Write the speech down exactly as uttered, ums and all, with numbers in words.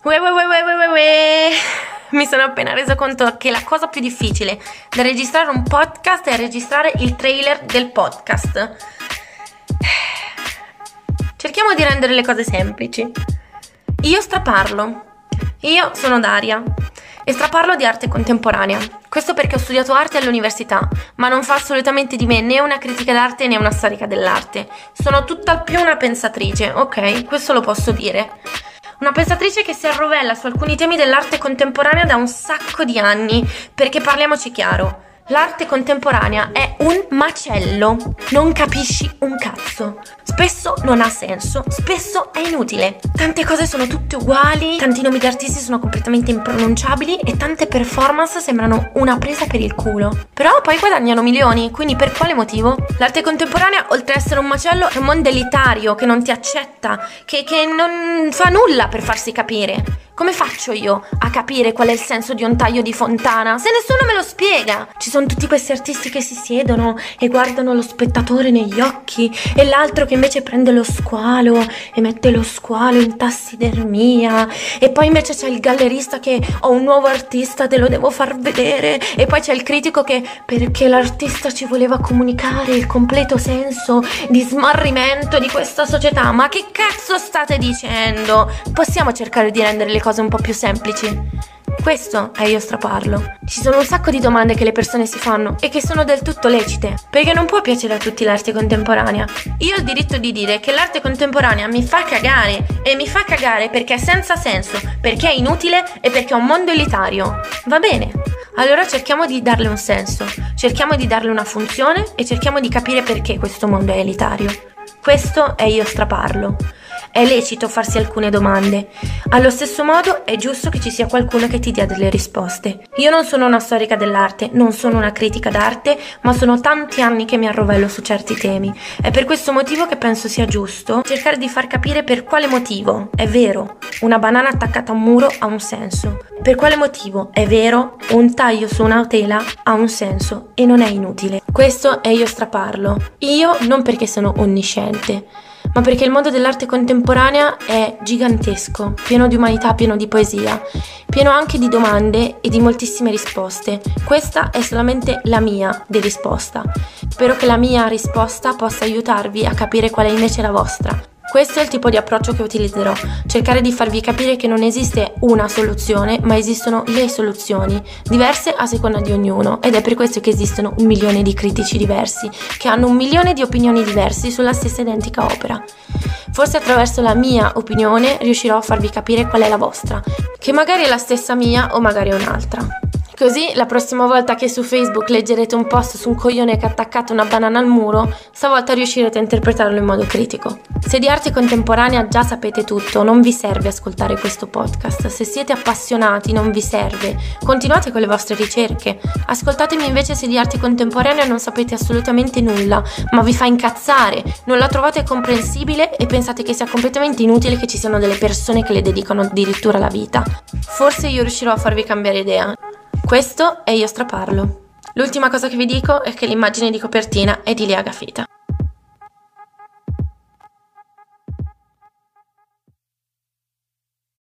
Ue, ue, ue, ue, ue, ue. Mi sono appena reso conto che la cosa più difficile da registrare un podcast è registrare il trailer del podcast. Cerchiamo di rendere le cose semplici. Io straparlo. Io sono Daria e straparlo di arte contemporanea. Questo perché ho studiato arte all'università, ma non fa assolutamente di me né una critica d'arte né una storica dell'arte. Sono tutt'al più una pensatrice, ok? Questo lo posso dire. Una pensatrice che si arrovella su alcuni temi dell'arte contemporanea da un sacco di anni, perché parliamoci chiaro, l'arte contemporanea è un macello, non capisci un cazzo, spesso non ha senso, spesso è inutile, tante cose sono tutte uguali, tanti nomi di artisti sono completamente impronunciabili e tante performance sembrano una presa per il culo, però poi guadagnano milioni, quindi per quale motivo? L'arte contemporanea, oltre ad essere un macello, è un mondo elitario che non ti accetta, che, che non fa nulla per farsi capire. Come faccio io a capire qual è il senso di un taglio di Fontana se nessuno me lo spiega? Ci sono tutti questi artisti che si siedono e guardano lo spettatore negli occhi e l'altro che invece prende lo squalo e mette lo squalo in tassidermia e poi invece c'è il gallerista che ho un nuovo artista, te lo devo far vedere, e poi c'è il critico che perché l'artista ci voleva comunicare il completo senso di smarrimento di questa società. Ma che cazzo state dicendo? Possiamo cercare di rendere le cose un po' più semplici? Questo è Io straparlo. Ci sono un sacco di domande che le persone si fanno e che sono del tutto lecite, perché non può piacere a tutti l'arte contemporanea. Io ho il diritto di dire che l'arte contemporanea mi fa cagare, e mi fa cagare perché è senza senso, perché è inutile e perché è un mondo elitario. Va bene, allora cerchiamo di darle un senso, cerchiamo di darle una funzione e cerchiamo di capire perché questo mondo è elitario. Questo è Io straparlo. È lecito farsi alcune domande. Allo stesso modo è giusto che ci sia qualcuno che ti dia delle risposte. Io non sono una storica dell'arte, non sono una critica d'arte, ma sono tanti anni che mi arrovello su certi temi. È per questo motivo che penso sia giusto cercare di far capire per quale motivo, è vero, una banana attaccata a un muro ha un senso. Per quale motivo, è vero, un taglio su una tela ha un senso e non è inutile. Questo è Io straparlo. Io non perché sono onnisciente, ma perché il mondo dell'arte contemporanea è gigantesco, pieno di umanità, pieno di poesia, pieno anche di domande e di moltissime risposte. Questa è solamente la mia di risposta. Spero che la mia risposta possa aiutarvi a capire qual è invece la vostra. Questo è il tipo di approccio che utilizzerò, cercare di farvi capire che non esiste una soluzione, ma esistono le soluzioni, diverse a seconda di ognuno, ed è per questo che esistono un milione di critici diversi, che hanno un milione di opinioni diverse sulla stessa identica opera. Forse attraverso la mia opinione riuscirò a farvi capire qual è la vostra, che magari è la stessa mia o magari è un'altra. Così la prossima volta che su Facebook leggerete un post su un coglione che ha attaccato una banana al muro, stavolta riuscirete a interpretarlo in modo critico. Se di arte contemporanea già sapete tutto, non vi serve ascoltare questo podcast. Se siete appassionati, non vi serve. Continuate con le vostre ricerche. Ascoltatemi invece se di arte contemporanea non sapete assolutamente nulla, ma vi fa incazzare, non la trovate comprensibile e pensate che sia completamente inutile che ci siano delle persone che le dedicano addirittura la vita. Forse io riuscirò a farvi cambiare idea. Questo è Io straparlo. L'ultima cosa che vi dico è che l'immagine di copertina è di Lia Gafita.